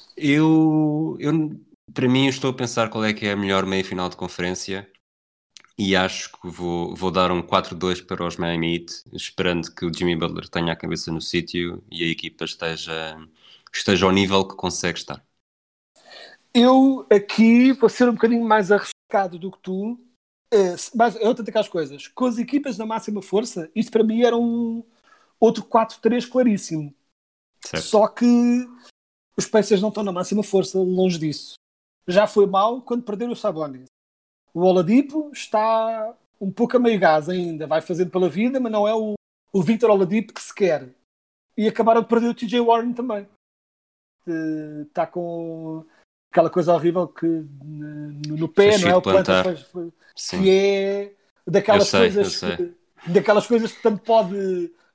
Para mim, eu estou a pensar qual é que é a melhor meia-final de conferência e acho que vou dar um 4-2 para os Miami Heat, esperando que o Jimmy Butler tenha a cabeça no sítio e a equipa esteja ao nível que consegue estar. Eu aqui vou ser um bocadinho mais arriscado do que tu, mas é outra daquelas coisas. Com as equipas na máxima força, isto para mim era um outro 4-3 claríssimo. Certo. Só que os Pacers não estão na máxima força, longe disso. Já foi mal quando perderam o Sabonis. O Oladipo está um pouco a meio gás ainda, vai fazendo pela vida, mas não é o Victor Oladipo que se quer. E acabaram de perder o TJ Warren também. Está com aquela coisa horrível que no pé, não é? O planta que é daquelas coisas que tanto pode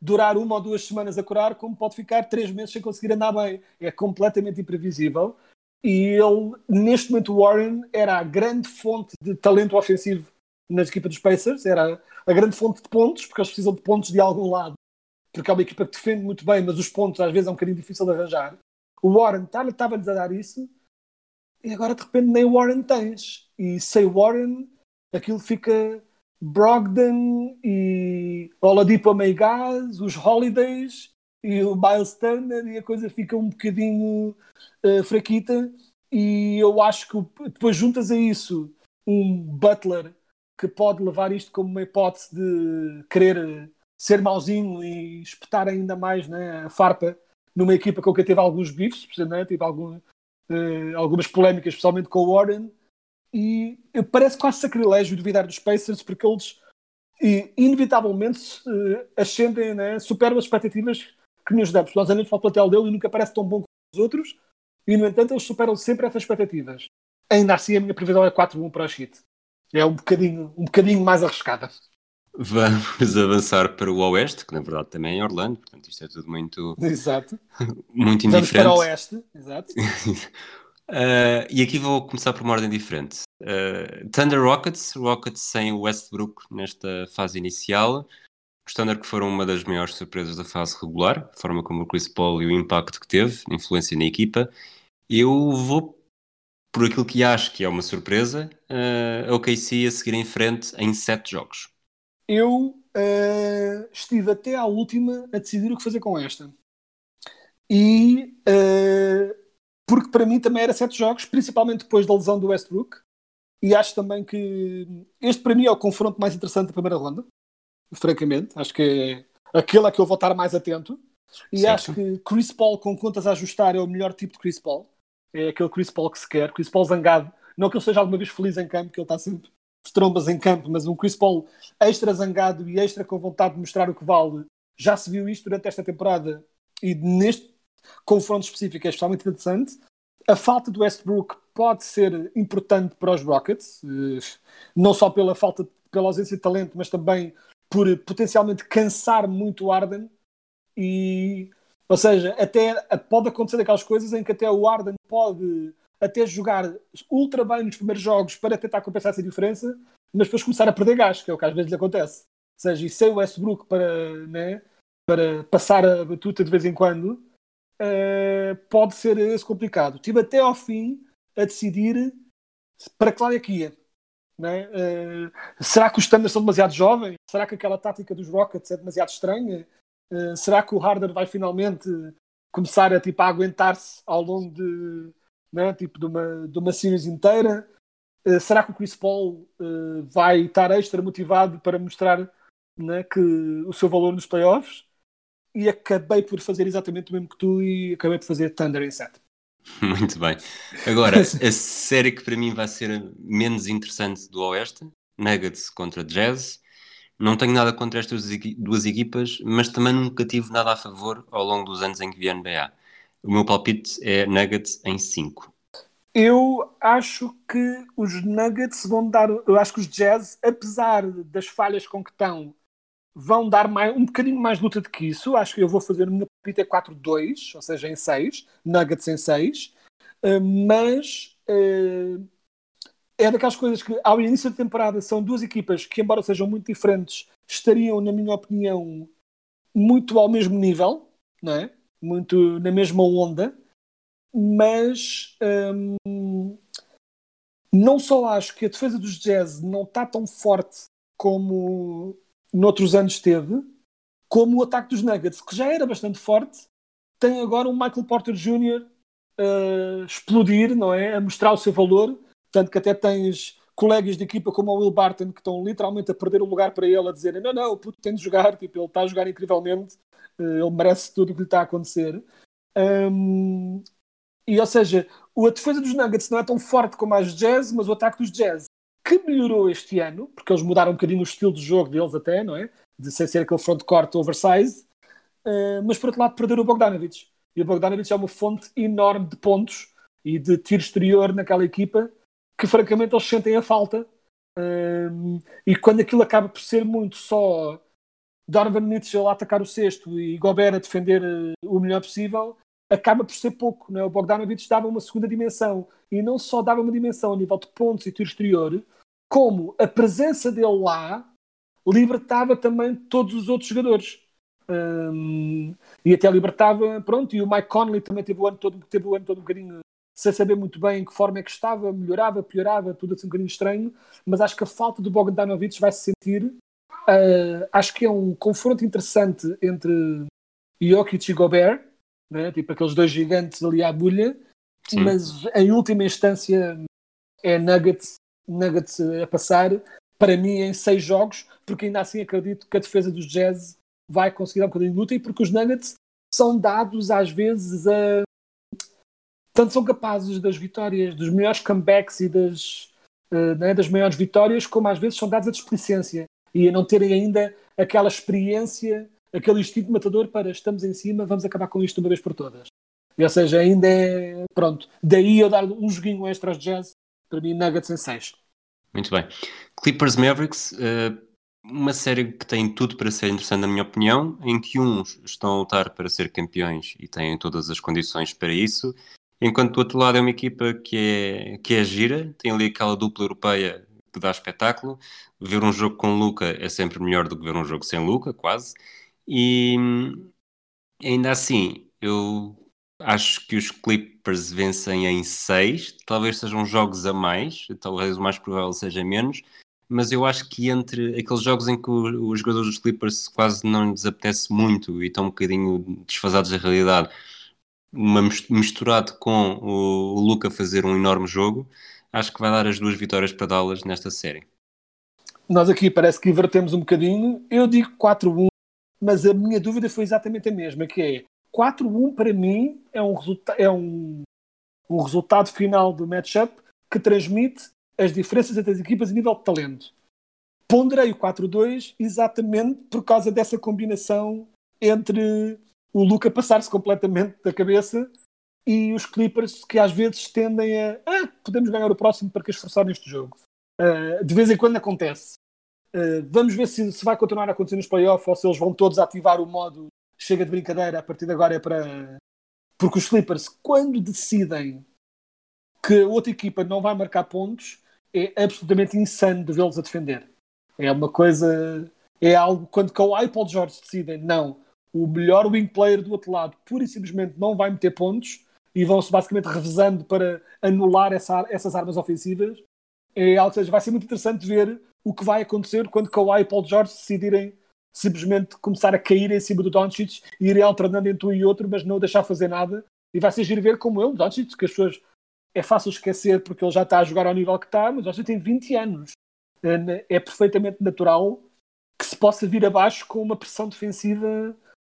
durar 1 ou 2 semanas a curar, como pode ficar 3 meses sem conseguir andar bem. É completamente imprevisível. E ele, neste momento, o Warren era a grande fonte de talento ofensivo nas equipas dos Pacers, era a grande fonte de pontos, porque eles precisam de pontos de algum lado, porque é uma equipa que defende muito bem, mas os pontos às vezes é um bocadinho difícil de arranjar. O Warren estava-lhes a dar isso, e agora de repente nem o Warren tens. E sem Warren, aquilo fica Brogdon e Oladipo Meigaz, os Holidays e o Miles Turner, e a coisa fica um bocadinho fraquita. E eu acho que depois juntas a isso um Butler que pode levar isto como uma hipótese de querer ser mauzinho e espetar ainda mais, né, a farpa numa equipa com quem teve alguns bifes, né, tipo algumas polémicas, especialmente com o Warren. E parece quase sacrilégio duvidar dos Pacers, porque eles inevitavelmente ascendem, né, superam as expectativas que nos damos. Nós olhamos para o plantel dele e nunca parece tão bom como os outros, e no entanto eles superam sempre essas expectativas. Ainda assim a minha previsão é 4-1 para o Heat. É um bocadinho mais arriscada. Vamos avançar para o Oeste, que na verdade também é Orlando, portanto isto é tudo muito, Exato. muito Vamos para indiferente. o Oeste, exato. E aqui vou começar por uma ordem diferente. Thunder Rockets sem o Westbrook nesta fase inicial. Os Thunder que foram uma das maiores surpresas da fase regular, a forma como o Chris Paul e o impacto que teve, a influência na equipa. Eu vou por aquilo que acho que é uma surpresa, a OKC a seguir em frente em 7 jogos. Eu estive até à última a decidir o que fazer com esta. E porque para mim também era 7 jogos, principalmente depois da lesão do Westbrook. E acho também que este para mim é o confronto mais interessante da primeira ronda. Francamente, acho que é aquele a que eu vou estar mais atento. E certo. acho que Chris Paul com contas a ajustar é o melhor tipo de Chris Paul. É aquele Chris Paul que se quer, Chris Paul zangado. Não que ele seja alguma vez feliz em campo, que ele está sempre de trombas em campo, mas um Chris Paul extra zangado e extra com vontade de mostrar o que vale. Já se viu isto durante esta temporada e neste confronto específico é especialmente interessante. A falta do Westbrook pode ser importante para os Rockets, não só pela ausência de talento, mas também por potencialmente cansar muito o Harden. Ou seja, até pode acontecer aquelas coisas em que até o Harden pode até jogar ultra bem nos primeiros jogos para tentar compensar essa diferença, mas depois começar a perder gás, que é o que às vezes lhe acontece. Ou seja, e sem o Westbrook para passar a batuta de vez em quando, pode ser esse complicado. Estive até ao fim a decidir para que lado é que ia. Né? Será que os Thunder são demasiado jovens? Será que aquela tática dos Rockets é demasiado estranha? Será que o Harden vai finalmente começar a aguentar-se ao longo de uma series inteira? Será que o Chris Paul vai estar extra motivado para mostrar, né, que o seu valor nos playoffs? E acabei por fazer exatamente o mesmo que tu e acabei por fazer Thunder em 7. Muito bem. Agora, a série que para mim vai ser menos interessante do Oeste, Nuggets contra Jazz. Não tenho nada contra estas duas equipas, mas também nunca tive nada a favor ao longo dos anos em que vi a NBA. O meu palpite é Nuggets em 5. Eu acho que os Nuggets vão dar... Eu acho que os Jazz, apesar das falhas com que estão, vão dar um bocadinho mais luta do que isso. Acho que eu vou fazer o meu palpite é 4-2, ou seja, em 6. Nuggets em 6. Mas é daquelas coisas que ao início da temporada são duas equipas que, embora sejam muito diferentes, estariam, na minha opinião, muito ao mesmo nível, não é? Muito na mesma onda. Mas não só acho que a defesa dos Jazz não está tão forte como noutros anos esteve, como o ataque dos Nuggets, que já era bastante forte, tem agora um Michael Porter Jr. a explodir, não é? A mostrar o seu valor, tanto que até tens colegas de equipa como o Will Barton que estão literalmente a perder o lugar para ele, a dizerem não, o puto tem de jogar, tipo, ele está a jogar incrivelmente, ele merece tudo o que lhe está a acontecer. E, ou seja, a defesa dos Nuggets não é tão forte como as Jazz, mas o ataque dos Jazz, que melhorou este ano, porque eles mudaram um bocadinho o estilo de jogo deles até, não é? De ser aquele frontcourt oversize, mas por outro lado perderam o Bogdanovic. E o Bogdanovic é uma fonte enorme de pontos e de tiro exterior naquela equipa, que francamente eles sentem a falta. E quando aquilo acaba por ser muito só Donovan Mitchell a atacar o cesto e Gobert a defender o melhor possível, acaba por ser pouco, não é? O Bogdanovic dava uma segunda dimensão, e não só dava uma dimensão a nível de pontos e tiro exterior, como a presença dele lá libertava também todos os outros jogadores. E até libertava, pronto, e o Mike Conley também teve o ano todo um bocadinho sem saber muito bem em que forma é que estava, melhorava, piorava, tudo assim um bocadinho estranho, mas acho que a falta do Bogdanovic vai se sentir. Acho que é um confronto interessante entre Jokic e Gobert, né? Tipo aqueles dois gigantes ali à bolha. Sim. Mas em última instância é Nuggets a passar, para mim, em 6 jogos, porque ainda assim acredito que a defesa dos Jazz vai conseguir dar um bocadinho de luta, e porque os Nuggets são dados às vezes a... Tanto são capazes das vitórias, dos melhores comebacks e das maiores vitórias, como às vezes são dados a displicência e a não terem ainda aquela experiência, aquele instinto matador para estamos em cima, vamos acabar com isto uma vez por todas. Ou seja, ainda é... Pronto. Daí eu dar um joguinho extra aos Jazz, para mim, Nuggets em 6. Muito bem. Clippers Mavericks, uma série que tem tudo para ser interessante, na minha opinião, em que uns estão a lutar para ser campeões e têm todas as condições para isso, enquanto do outro lado é uma equipa que é gira, tem ali aquela dupla europeia que dá espetáculo. Ver um jogo com Luka é sempre melhor do que ver um jogo sem Luka, quase. E ainda assim, eu acho que os Clippers vencem em 6. Talvez sejam jogos a mais, talvez o mais provável seja menos, mas eu acho que entre aqueles jogos em que os jogadores dos Clippers quase não lhes apetece muito e estão um bocadinho desfasados da realidade, misturado com o Luka fazer um enorme jogo, acho que vai dar as 2 vitórias para Dallas nesta série. Nós aqui parece que invertemos um bocadinho. Eu digo 4-1, mas a minha dúvida foi exatamente a mesma, que é 4-1 para mim é um resultado final do matchup que transmite as diferenças entre as equipas a nível de talento. Ponderei o 4-2 exatamente por causa dessa combinação entre o Luka passar-se completamente da cabeça e os Clippers, que às vezes tendem a podemos ganhar o próximo para que esforçar neste jogo. De vez em quando acontece. Vamos ver se vai continuar a acontecer nos playoffs ou se eles vão todos ativar o modo chega de brincadeira, a partir de agora é para... Porque os Clippers, quando decidem que a outra equipa não vai marcar pontos, é absolutamente insano de vê-los a defender. É uma coisa... É algo... Quando Kawhi e Paul George decidem, não, o melhor wing player do outro lado pura e simplesmente não vai meter pontos e vão-se basicamente revezando para anular essas armas ofensivas, é algo que seja, vai ser muito interessante ver o que vai acontecer quando Kawhi e Paul George decidirem simplesmente começar a cair em cima do Doncic e irem alternando entre um e outro, mas não deixar fazer nada. E vai ser giro ver como ele, o Doncic, que as pessoas é fácil esquecer porque ele já está a jogar ao nível que está, mas o Doncic tem 20 anos. É perfeitamente natural que se possa vir abaixo com uma pressão defensiva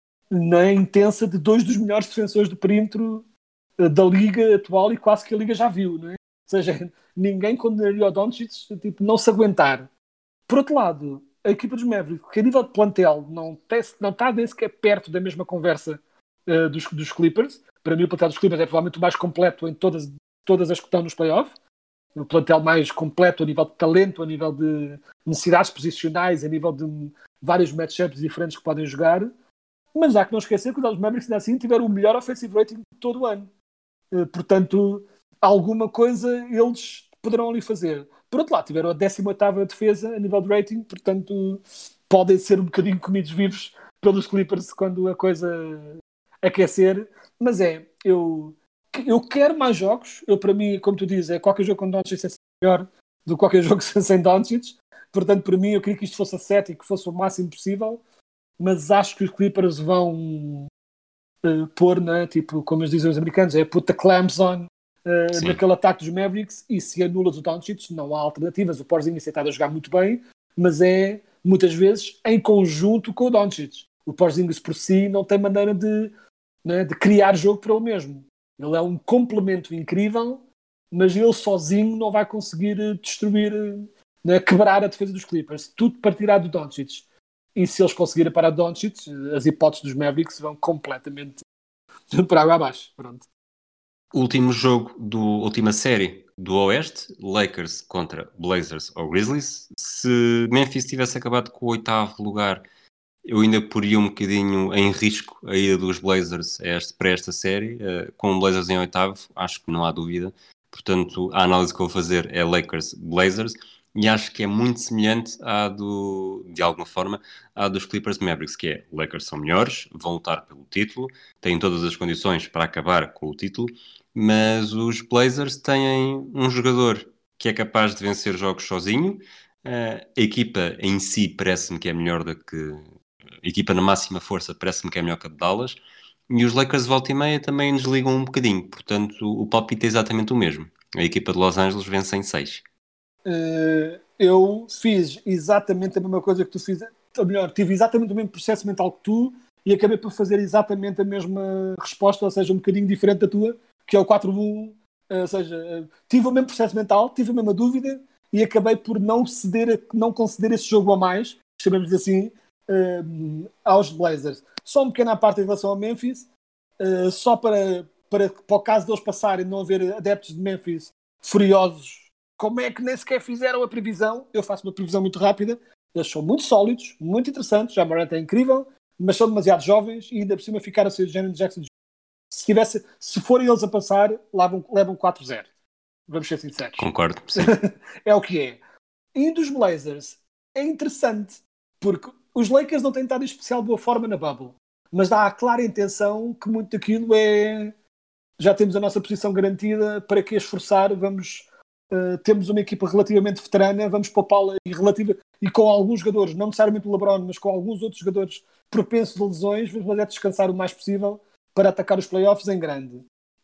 intensa de 2 dos melhores defensores do perímetro da liga atual e quase que a liga já viu, não é? Ou seja, ninguém condenaria o Doncic tipo, não se aguentar. Por outro lado, a equipa dos Mavericks, que a nível de plantel não está nem sequer perto da mesma conversa dos Clippers. Para mim o plantel dos Clippers é provavelmente o mais completo em todas as que estão nos playoffs. O plantel mais completo a nível de talento, a nível de necessidades posicionais, a nível de vários matchups diferentes que podem jogar. Mas há que não esquecer que os Mavericks ainda assim tiveram o melhor offensive rating de todo o ano. Portanto, alguma coisa eles poderão ali fazer. Por outro lado, tiveram a 18ª defesa a nível de rating, portanto podem ser um bocadinho comidos vivos pelos Clippers quando a coisa aquecer. Mas eu quero mais jogos. Para mim, como tu dizes, qualquer jogo com Doncic é melhor do que qualquer jogo sem Doncic. Portanto, para mim, eu queria que isto fosse a 7 e que fosse o máximo possível. Mas acho que os Clippers vão pôr, né, tipo, como eles dizem os americanos, put the clamps on naquele ataque dos Mavericks, e se anulas o Doncic, não há alternativas. O Porzingis está a jogar muito bem, mas muitas vezes em conjunto com o Doncic. O Porzingis por si não tem maneira de criar jogo para ele mesmo. Ele é um complemento incrível, mas ele sozinho não vai conseguir destruir, quebrar a defesa dos Clippers. Tudo partirá do Doncic. E se eles conseguirem parar o Doncic, as hipóteses dos Mavericks vão completamente por água abaixo. Pronto. Último jogo última série do Oeste, Lakers contra Blazers ou Grizzlies. Se Memphis tivesse acabado com o 8º lugar Eu ainda poria um bocadinho em risco a ida dos Blazers para esta série. Com o Blazers em oitavo, acho que não há dúvida. Portanto, a análise que eu vou fazer é Lakers-Blazers. E acho que é muito semelhante de alguma forma, à dos Clippers-Mavericks, que é: Lakers são melhores, vão lutar pelo título, têm todas as condições para acabar com o título, mas os Blazers têm um jogador que é capaz de vencer jogos sozinho. A equipa em si parece-me que é melhor do que... A equipa na máxima força parece-me que é melhor que a de Dallas. E os Lakers de volta e meia também nos ligam um bocadinho. Portanto, o palpite é exatamente o mesmo. A equipa de Los Angeles vence em 6. Eu fiz exatamente a mesma coisa que tu fizeste. Ou melhor, tive exatamente o mesmo processo mental que tu e acabei por fazer exatamente a mesma resposta, ou seja, um bocadinho diferente da tua, que é o 4-1. Ou seja, tive o mesmo processo mental, tive a mesma dúvida e acabei por não conceder esse jogo a mais, chamemos assim, aos Blazers. Só uma pequena parte em relação ao Memphis, só para o caso deles passarem e não haver adeptos de Memphis furiosos. Como é que nem sequer fizeram a previsão? Eu faço uma previsão muito rápida. Eles são muito sólidos, muito interessantes. Já Morant é incrível, mas são demasiado jovens e ainda por cima ficaram a ser o Jaren Jackson. Se forem eles a passar, levam 4-0. Vamos ser sinceros. Concordo, sim. É o que é. E dos Blazers é interessante, porque os Lakers não têm estado em especial boa forma na bubble, mas dá a clara intenção que muito daquilo é... Já temos a nossa posição garantida, para que esforçar? Temos uma equipa relativamente veterana, vamos poupá-la e com alguns jogadores, não necessariamente o LeBron, mas com alguns outros jogadores propensos a lesões, vamos descansar o mais possível para atacar os playoffs em grande.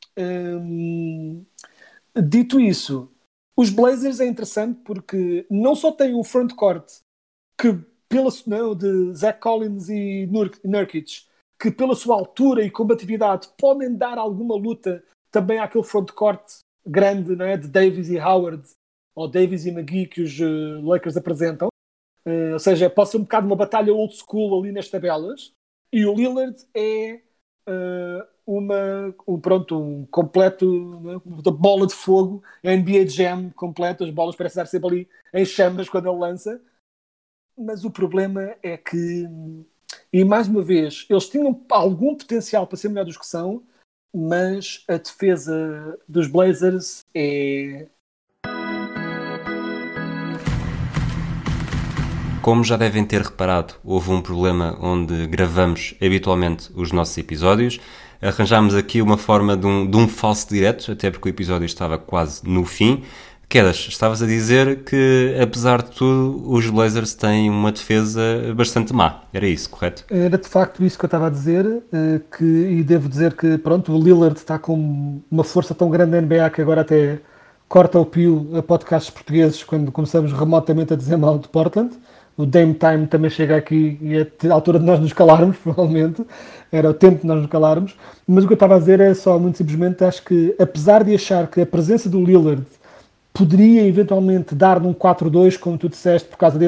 Dito isso, os Blazers é interessante porque não só têm um frontcourt que, de Zach Collins e Nurkic, que pela sua altura e combatividade podem dar alguma luta também àquele frontcourt grande, não é? De Davis e Howard, ou Davis e McGee, que os Lakers apresentam. Ou seja, pode ser um bocado uma batalha old school ali nas tabelas. E o Lillard é um completo, né? Uma bola de fogo, NBA Jam completo, as bolas parecem estar sempre ali em chamas quando ele lança. Mas o problema é que, e mais uma vez, eles tinham algum potencial para ser melhor dos que são, mas a defesa dos Blazers é... Como já devem ter reparado, houve um problema onde gravamos habitualmente os nossos episódios. Arranjámos aqui uma forma de um falso direto, até porque o episódio estava quase no fim. Quedas, estavas a dizer que, apesar de tudo, os Blazers têm uma defesa bastante má. Era isso, correto? Era de facto isso que eu estava a dizer, e devo dizer que pronto, o Lillard está com uma força tão grande na NBA que agora até corta o pio a podcasts portugueses quando começamos remotamente a dizer mal de Portland. O Dame Time também chega aqui e é a altura de nós nos calarmos, provavelmente. Era o tempo de nós nos calarmos. Mas o que eu estava a dizer é só, muito simplesmente, acho que, apesar de achar que a presença do Lillard poderia eventualmente dar num 4-2, como tu disseste, por causa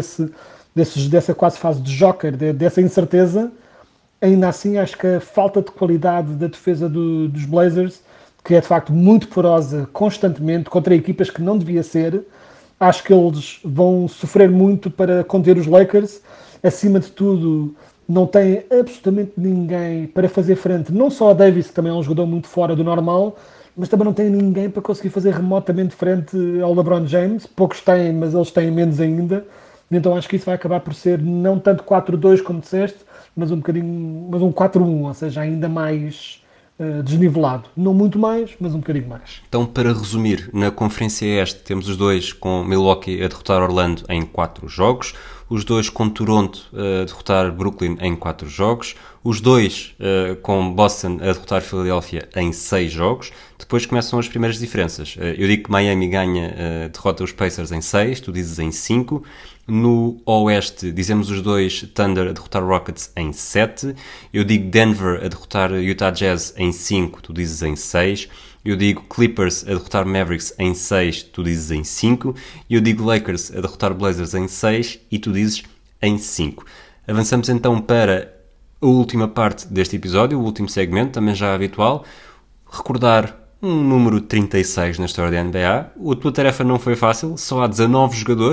dessa quase fase de joker, dessa incerteza, ainda assim acho que a falta de qualidade da defesa dos Blazers, que é de facto muito porosa constantemente contra equipas que não devia ser, acho que eles vão sofrer muito para conter os Lakers. Acima de tudo, não tem absolutamente ninguém para fazer frente, não só a Davis, que também é um jogador muito fora do normal, mas também não tem ninguém para conseguir fazer remotamente frente ao LeBron James. Poucos têm, mas eles têm menos ainda. Então acho que isso vai acabar por ser não tanto 4-2 como disseste, mas um 4-1, ou seja, ainda mais desnivelado. Não muito mais, mas um bocadinho mais. Então, para resumir, na Conferência Este temos os dois com Milwaukee a derrotar Orlando em 4 jogos, os dois com Toronto a derrotar Brooklyn em 4 jogos, os dois com Boston a derrotar Filadélfia em 6 jogos. Depois começam as primeiras diferenças. Eu digo que Miami derrota os Pacers em 6, tu dizes em 5. No Oeste dizemos os dois Thunder a derrotar Rockets em 7. Eu digo Denver a derrotar Utah Jazz em 5, tu dizes em 6. Eu digo Clippers a derrotar Mavericks em 6, tu dizes em 5. E eu digo Lakers a derrotar Blazers em 6 e tu dizes em 5. Avançamos então para a última parte deste episódio, o último segmento, também já habitual. Recordar um número 36 na história da NBA. A tua tarefa não foi fácil, só há 19 jogadores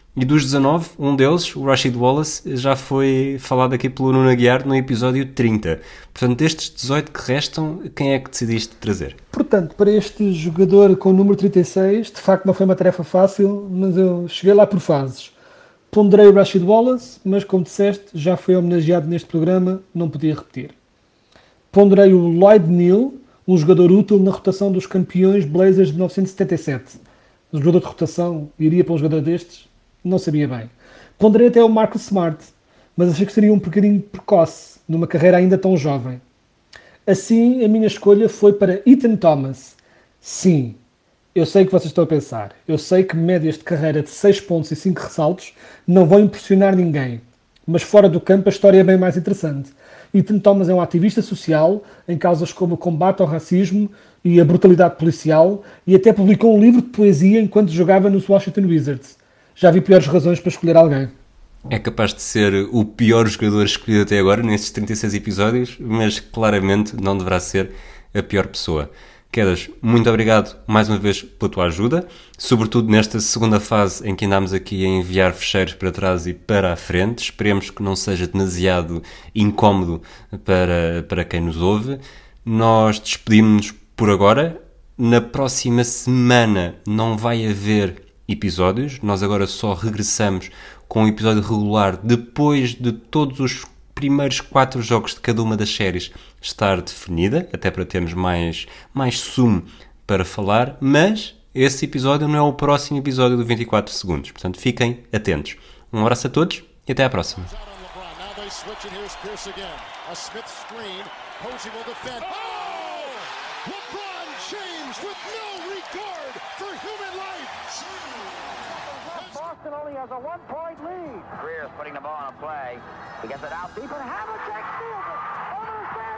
E dos 19, um deles, o Rasheed Wallace, já foi falado aqui pelo Nuno Aguiar no episódio 30. Portanto, destes 18 que restam, quem é que decidiste trazer? Portanto, para este jogador com o número 36, de facto não foi uma tarefa fácil, mas eu cheguei lá por fases. Ponderei o Rasheed Wallace, mas como disseste, já foi homenageado neste programa, não podia repetir. Ponderei o Lloyd Neal, um jogador útil na rotação dos campeões Blazers de 1977. Um jogador de rotação iria para um jogador destes? Não sabia bem. Ponderei até o Marcus Smart, mas achei que seria um bocadinho precoce, numa carreira ainda tão jovem. Assim, a minha escolha foi para Ethan Thomas. Sim, eu sei que vocês estão a pensar. Eu sei que médias de carreira de 6 pontos e 5 ressaltos não vão impressionar ninguém. Mas fora do campo a história é bem mais interessante. Ethan Thomas é um ativista social em causas como o combate ao racismo e a brutalidade policial e até publicou um livro de poesia enquanto jogava nos Washington Wizards. Já vi piores razões para escolher alguém. É capaz de ser o pior jogador escolhido até agora nestes 36 episódios, mas claramente não deverá ser a pior pessoa. Quedas, muito obrigado mais uma vez pela tua ajuda, sobretudo nesta segunda fase em que andámos aqui a enviar fecheiros para trás e para a frente. Esperemos que não seja demasiado incómodo para quem nos ouve. Nós despedimos-nos por agora. Na próxima semana não vai haver episódios. Nós agora só regressamos com um episódio regular depois de todos os primeiros 4 jogos de cada uma das séries estar definida, até para termos mais sumo para falar, mas esse episódio não é o próximo episódio do 24 segundos, portanto fiquem atentos. Um abraço a todos e até à próxima. Boston only has a 1-point lead. Greer's putting the ball on a play. He gets it out deep, and Havlicek steals it. Over the